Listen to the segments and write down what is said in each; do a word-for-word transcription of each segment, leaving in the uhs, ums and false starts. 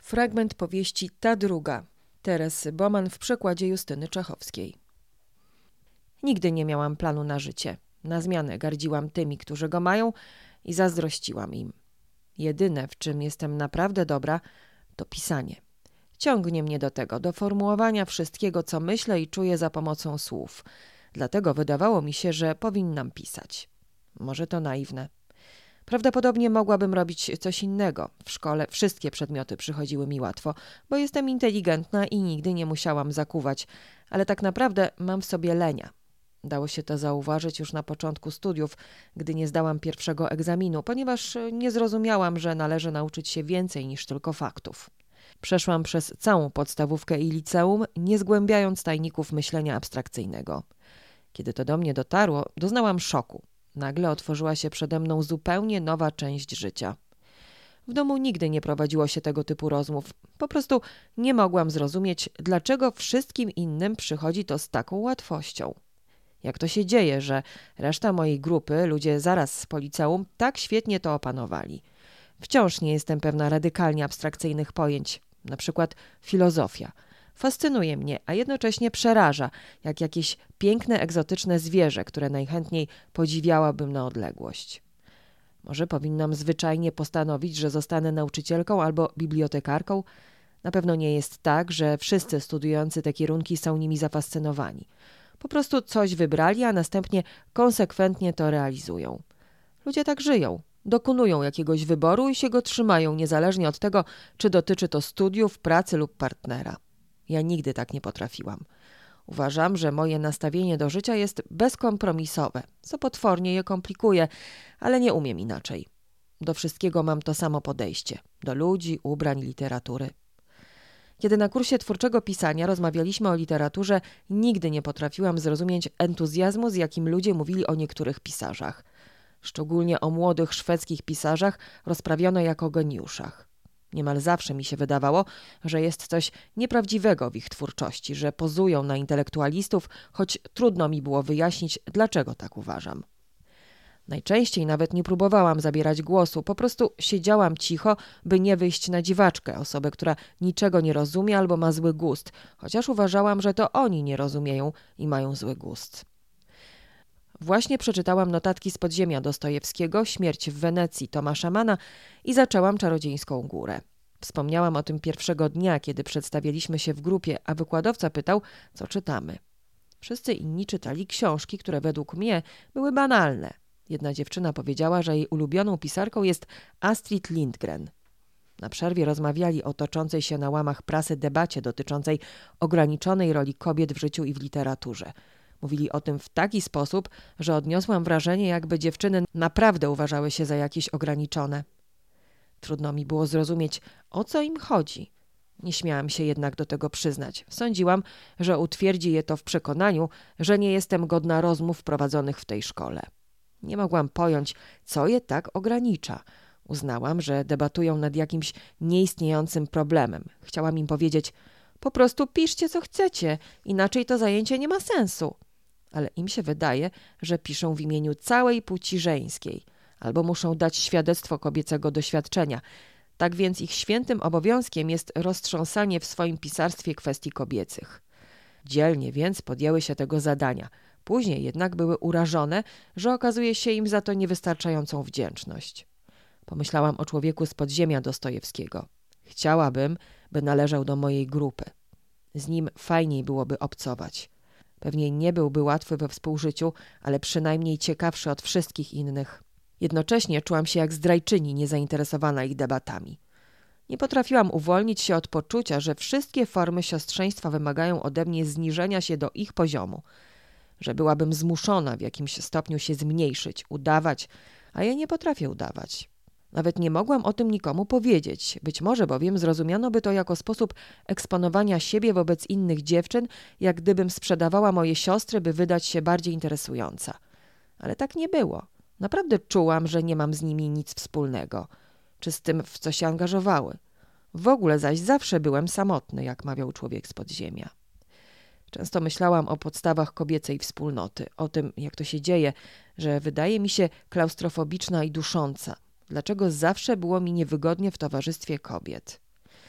Fragment powieści Ta druga Teresy Boman w przekładzie Justyny Czachowskiej. Nigdy nie miałam planu na życie. Na zmianę gardziłam tymi, którzy go mają i zazdrościłam im. Jedyne, w czym jestem naprawdę dobra, to pisanie. Ciągnie mnie do tego, do formułowania wszystkiego, co myślę i czuję za pomocą słów. Dlatego wydawało mi się, że powinnam pisać. Może to naiwne. Prawdopodobnie mogłabym robić coś innego. W szkole wszystkie przedmioty przychodziły mi łatwo, bo jestem inteligentna i nigdy nie musiałam zakuwać, ale tak naprawdę mam w sobie lenia. Dało się to zauważyć już na początku studiów, gdy nie zdałam pierwszego egzaminu, ponieważ nie zrozumiałam, że należy nauczyć się więcej niż tylko faktów. Przeszłam przez całą podstawówkę i liceum, nie zgłębiając tajników myślenia abstrakcyjnego. Kiedy to do mnie dotarło, doznałam szoku. Nagle otworzyła się przede mną zupełnie nowa część życia. W domu nigdy nie prowadziło się tego typu rozmów. Po prostu nie mogłam zrozumieć, dlaczego wszystkim innym przychodzi to z taką łatwością. Jak to się dzieje, że reszta mojej grupy, ludzie zaraz po liceum, tak świetnie to opanowali. Wciąż nie jestem pewna radykalnie abstrakcyjnych pojęć, na przykład filozofia. Fascynuje mnie, a jednocześnie przeraża, jak jakieś piękne, egzotyczne zwierzę, które najchętniej podziwiałabym na odległość. Może powinnam zwyczajnie postanowić, że zostanę nauczycielką albo bibliotekarką? Na pewno nie jest tak, że wszyscy studiujący te kierunki są nimi zafascynowani. Po prostu coś wybrali, a następnie konsekwentnie to realizują. Ludzie tak żyją. Dokonują jakiegoś wyboru i się go trzymają, niezależnie od tego, czy dotyczy to studiów, pracy lub partnera. Ja nigdy tak nie potrafiłam. Uważam, że moje nastawienie do życia jest bezkompromisowe, co potwornie je komplikuje, ale nie umiem inaczej. Do wszystkiego mam to samo podejście. Do ludzi, ubrań, literatury. Kiedy na kursie twórczego pisania rozmawialiśmy o literaturze, nigdy nie potrafiłam zrozumieć entuzjazmu, z jakim ludzie mówili o niektórych pisarzach. Szczególnie o młodych szwedzkich pisarzach rozprawiano jako geniuszach. Niemal zawsze mi się wydawało, że jest coś nieprawdziwego w ich twórczości, że pozują na intelektualistów, choć trudno mi było wyjaśnić, dlaczego tak uważam. Najczęściej nawet nie próbowałam zabierać głosu, po prostu siedziałam cicho, by nie wyjść na dziwaczkę, osobę, która niczego nie rozumie albo ma zły gust, chociaż uważałam, że to oni nie rozumieją i mają zły gust. Właśnie przeczytałam notatki z podziemia Dostojewskiego, Śmierć w Wenecji Tomasza Manna i zaczęłam Czarodziejską górę. Wspomniałam o tym pierwszego dnia, kiedy przedstawialiśmy się w grupie, a wykładowca pytał, co czytamy. Wszyscy inni czytali książki, które według mnie były banalne. Jedna dziewczyna powiedziała, że jej ulubioną pisarką jest Astrid Lindgren. Na przerwie rozmawiali o toczącej się na łamach prasy debacie dotyczącej ograniczonej roli kobiet w życiu i w literaturze. Mówili o tym w taki sposób, że odniosłam wrażenie, jakby dziewczyny naprawdę uważały się za jakieś ograniczone. Trudno mi było zrozumieć, o co im chodzi. Nie śmiałam się jednak do tego przyznać. Sądziłam, że utwierdzi je to w przekonaniu, że nie jestem godna rozmów prowadzonych w tej szkole. Nie mogłam pojąć, co je tak ogranicza. Uznałam, że debatują nad jakimś nieistniejącym problemem. Chciałam im powiedzieć, po prostu piszcie co chcecie, inaczej to zajęcie nie ma sensu. Ale im się wydaje, że piszą w imieniu całej płci żeńskiej, albo muszą dać świadectwo kobiecego doświadczenia. Tak więc ich świętym obowiązkiem jest roztrząsanie w swoim pisarstwie kwestii kobiecych. Dzielnie więc podjęły się tego zadania. Później jednak były urażone, że okazuje się im za to niewystarczającą wdzięczność. Pomyślałam o człowieku z podziemia Dostojewskiego. Chciałabym, by należał do mojej grupy. Z nim fajniej byłoby obcować. Pewnie nie byłby łatwy we współżyciu, ale przynajmniej ciekawszy od wszystkich innych. Jednocześnie czułam się jak zdrajczyni niezainteresowana ich debatami. Nie potrafiłam uwolnić się od poczucia, że wszystkie formy siostrzeństwa wymagają ode mnie zniżenia się do ich poziomu. Że byłabym zmuszona w jakimś stopniu się zmniejszyć, udawać, a ja nie potrafię udawać. Nawet nie mogłam o tym nikomu powiedzieć, być może bowiem zrozumiano by to jako sposób eksponowania siebie wobec innych dziewczyn, jak gdybym sprzedawała moje siostry, by wydać się bardziej interesująca. Ale tak nie było. Naprawdę czułam, że nie mam z nimi nic wspólnego, czy z tym, w co się angażowały. W ogóle zaś zawsze byłem samotny, jak mawiał człowiek z podziemia. Często myślałam o podstawach kobiecej wspólnoty, o tym, jak to się dzieje, że wydaje mi się klaustrofobiczna i dusząca. Dlaczego zawsze było mi niewygodnie w towarzystwie kobiet?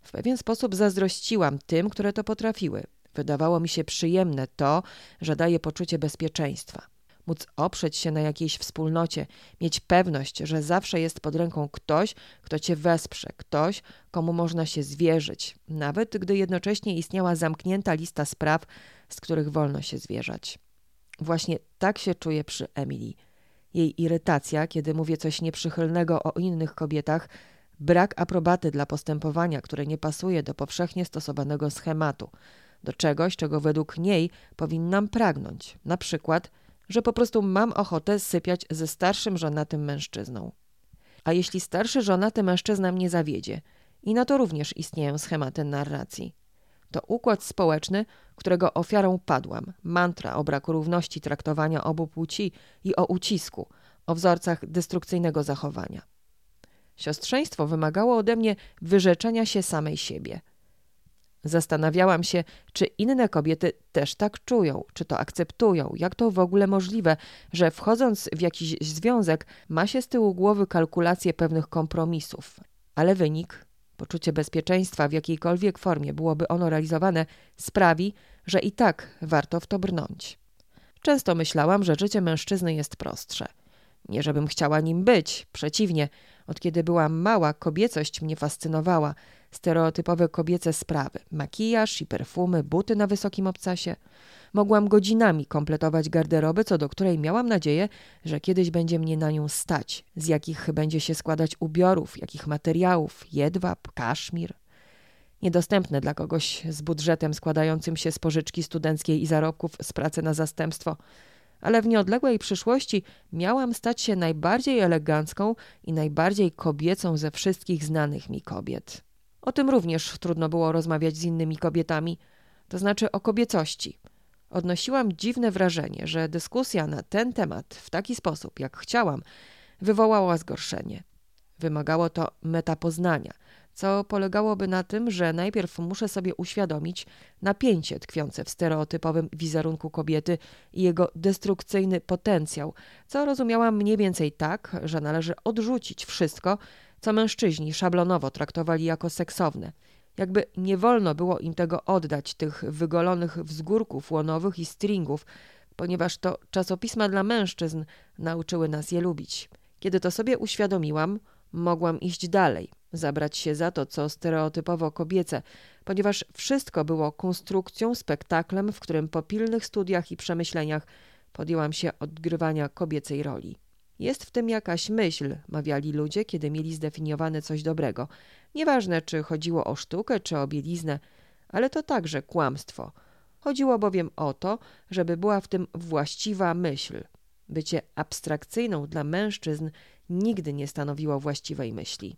W pewien sposób zazdrościłam tym, które to potrafiły. Wydawało mi się przyjemne to, że daje poczucie bezpieczeństwa. Móc oprzeć się na jakiejś wspólnocie, mieć pewność, że zawsze jest pod ręką ktoś, kto cię wesprze, ktoś, komu można się zwierzyć, nawet gdy jednocześnie istniała zamknięta lista spraw, z których wolno się zwierzać. Właśnie tak się czuję przy Emily. Jej irytacja, kiedy mówię coś nieprzychylnego o innych kobietach, brak aprobaty dla postępowania, które nie pasuje do powszechnie stosowanego schematu, do czegoś, czego według niej powinnam pragnąć, na przykład, że po prostu mam ochotę sypiać ze starszym żonatym mężczyzną. A jeśli starszy żonaty mężczyzna mnie zawiedzie, i na to również istnieją schematy narracji, to układ społeczny, którego ofiarą padłam, mantra o braku równości traktowania obu płci i o ucisku, o wzorcach destrukcyjnego zachowania. Siostrzeństwo wymagało ode mnie wyrzeczenia się samej siebie. Zastanawiałam się, czy inne kobiety też tak czują, czy to akceptują, jak to w ogóle możliwe, że wchodząc w jakiś związek ma się z tyłu głowy kalkulację pewnych kompromisów. Ale wynik, poczucie bezpieczeństwa w jakiejkolwiek formie byłoby ono realizowane, sprawi, że i tak warto w to brnąć. Często myślałam, że życie mężczyzny jest prostsze. Nie żebym chciała nim być, przeciwnie. Od kiedy byłam mała, kobiecość mnie fascynowała. Stereotypowe kobiece sprawy, makijaż i perfumy, buty na wysokim obcasie. Mogłam godzinami kompletować garderobę, co do której miałam nadzieję, że kiedyś będzie mnie na nią stać, z jakich będzie się składać ubiorów, jakich materiałów, jedwab, kaszmir. Niedostępne dla kogoś z budżetem składającym się z pożyczki studenckiej i zarobków z pracy na zastępstwo. Ale w nieodległej przyszłości miałam stać się najbardziej elegancką i najbardziej kobiecą ze wszystkich znanych mi kobiet. O tym również trudno było rozmawiać z innymi kobietami, to znaczy o kobiecości. Odnosiłam dziwne wrażenie, że dyskusja na ten temat w taki sposób, jak chciałam, wywołała zgorszenie. Wymagało to metapoznania, co polegałoby na tym, że najpierw muszę sobie uświadomić napięcie tkwiące w stereotypowym wizerunku kobiety i jego destrukcyjny potencjał, co rozumiałam mniej więcej tak, że należy odrzucić wszystko, co mężczyźni szablonowo traktowali jako seksowne. Jakby nie wolno było im tego oddać, tych wygolonych wzgórków łonowych i stringów, ponieważ to czasopisma dla mężczyzn nauczyły nas je lubić. Kiedy to sobie uświadomiłam, mogłam iść dalej, zabrać się za to, co stereotypowo kobiece, ponieważ wszystko było konstrukcją, spektaklem, w którym po pilnych studiach i przemyśleniach podjęłam się odgrywania kobiecej roli. Jest w tym jakaś myśl, mawiali ludzie, kiedy mieli zdefiniowane coś dobrego. Nieważne, czy chodziło o sztukę, czy o bieliznę, ale to także kłamstwo. Chodziło bowiem o to, żeby była w tym właściwa myśl. Bycie abstrakcyjną dla mężczyzn nigdy nie stanowiło właściwej myśli.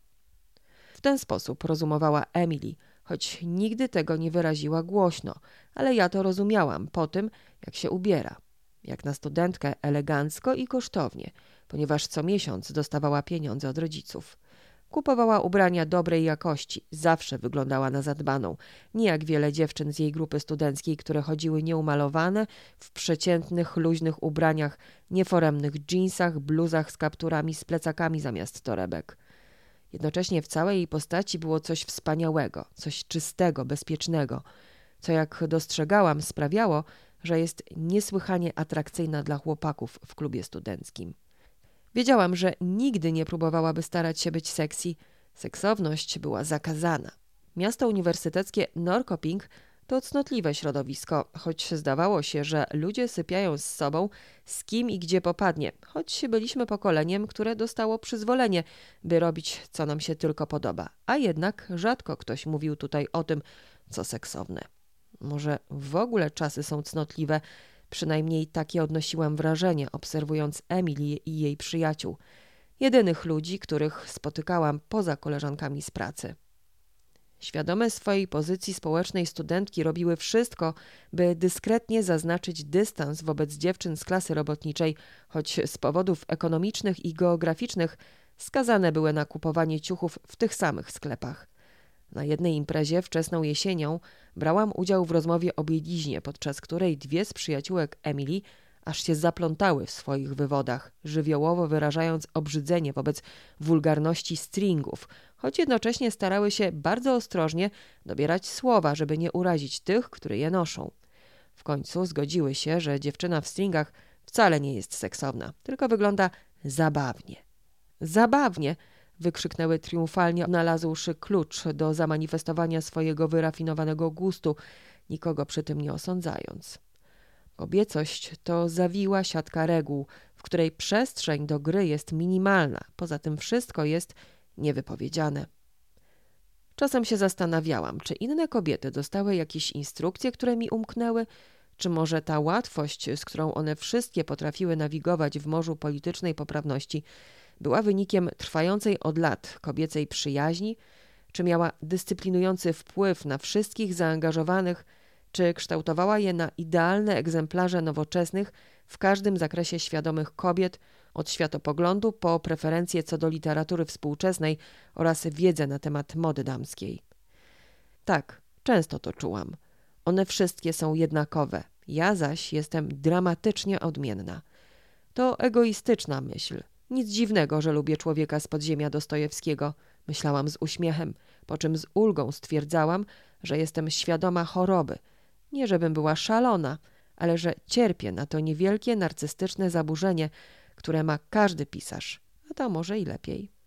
W ten sposób rozumowała Emily, choć nigdy tego nie wyraziła głośno, ale ja to rozumiałam po tym, jak się ubiera. Jak na studentkę elegancko i kosztownie, ponieważ co miesiąc dostawała pieniądze od rodziców. Kupowała ubrania dobrej jakości, zawsze wyglądała na zadbaną, nie jak wiele dziewczyn z jej grupy studenckiej, które chodziły nieumalowane, w przeciętnych, luźnych ubraniach, nieforemnych dżinsach, bluzach z kapturami, z plecakami zamiast torebek. Jednocześnie w całej jej postaci było coś wspaniałego, coś czystego, bezpiecznego, co jak dostrzegałam sprawiało, że jest niesłychanie atrakcyjna dla chłopaków w klubie studenckim. Wiedziałam, że nigdy nie próbowałaby starać się być sexy. Seksowność była zakazana. Miasto uniwersyteckie Norrköping to cnotliwe środowisko, choć zdawało się, że ludzie sypiają z sobą, z kim i gdzie popadnie, choć byliśmy pokoleniem, które dostało przyzwolenie, by robić, co nam się tylko podoba. A jednak rzadko ktoś mówił tutaj o tym, co seksowne. Może w ogóle czasy są cnotliwe, przynajmniej takie odnosiłam wrażenie, obserwując Emily i jej przyjaciół, jedynych ludzi, których spotykałam poza koleżankami z pracy. Świadome swojej pozycji społecznej studentki robiły wszystko, by dyskretnie zaznaczyć dystans wobec dziewczyn z klasy robotniczej, choć z powodów ekonomicznych i geograficznych skazane były na kupowanie ciuchów w tych samych sklepach. Na jednej imprezie wczesną jesienią brałam udział w rozmowie o bieliźnie, podczas której dwie z przyjaciółek Emily, aż się zaplątały w swoich wywodach, żywiołowo wyrażając obrzydzenie wobec wulgarności stringów, choć jednocześnie starały się bardzo ostrożnie dobierać słowa, żeby nie urazić tych, które je noszą. W końcu zgodziły się, że dziewczyna w stringach wcale nie jest seksowna, tylko wygląda zabawnie. Zabawnie! Wykrzyknęły triumfalnie, znalazłszy klucz do zamanifestowania swojego wyrafinowanego gustu, nikogo przy tym nie osądzając. Kobiecość to zawiła siatka reguł, w której przestrzeń do gry jest minimalna, poza tym wszystko jest niewypowiedziane. Czasem się zastanawiałam, czy inne kobiety dostały jakieś instrukcje, które mi umknęły, czy może ta łatwość, z którą one wszystkie potrafiły nawigować w morzu politycznej poprawności, była wynikiem trwającej od lat kobiecej przyjaźni, czy miała dyscyplinujący wpływ na wszystkich zaangażowanych, czy kształtowała je na idealne egzemplarze nowoczesnych w każdym zakresie świadomych kobiet, od światopoglądu po preferencje co do literatury współczesnej oraz wiedzę na temat mody damskiej. Tak, często to czułam. One wszystkie są jednakowe, ja zaś jestem dramatycznie odmienna. To egoistyczna myśl. Nic dziwnego, że lubię człowieka z podziemia Dostojewskiego, myślałam z uśmiechem, po czym z ulgą stwierdzałam, że jestem świadoma choroby. Nie żebym była szalona, ale że cierpię na to niewielkie narcystyczne zaburzenie, które ma każdy pisarz, a to może i lepiej.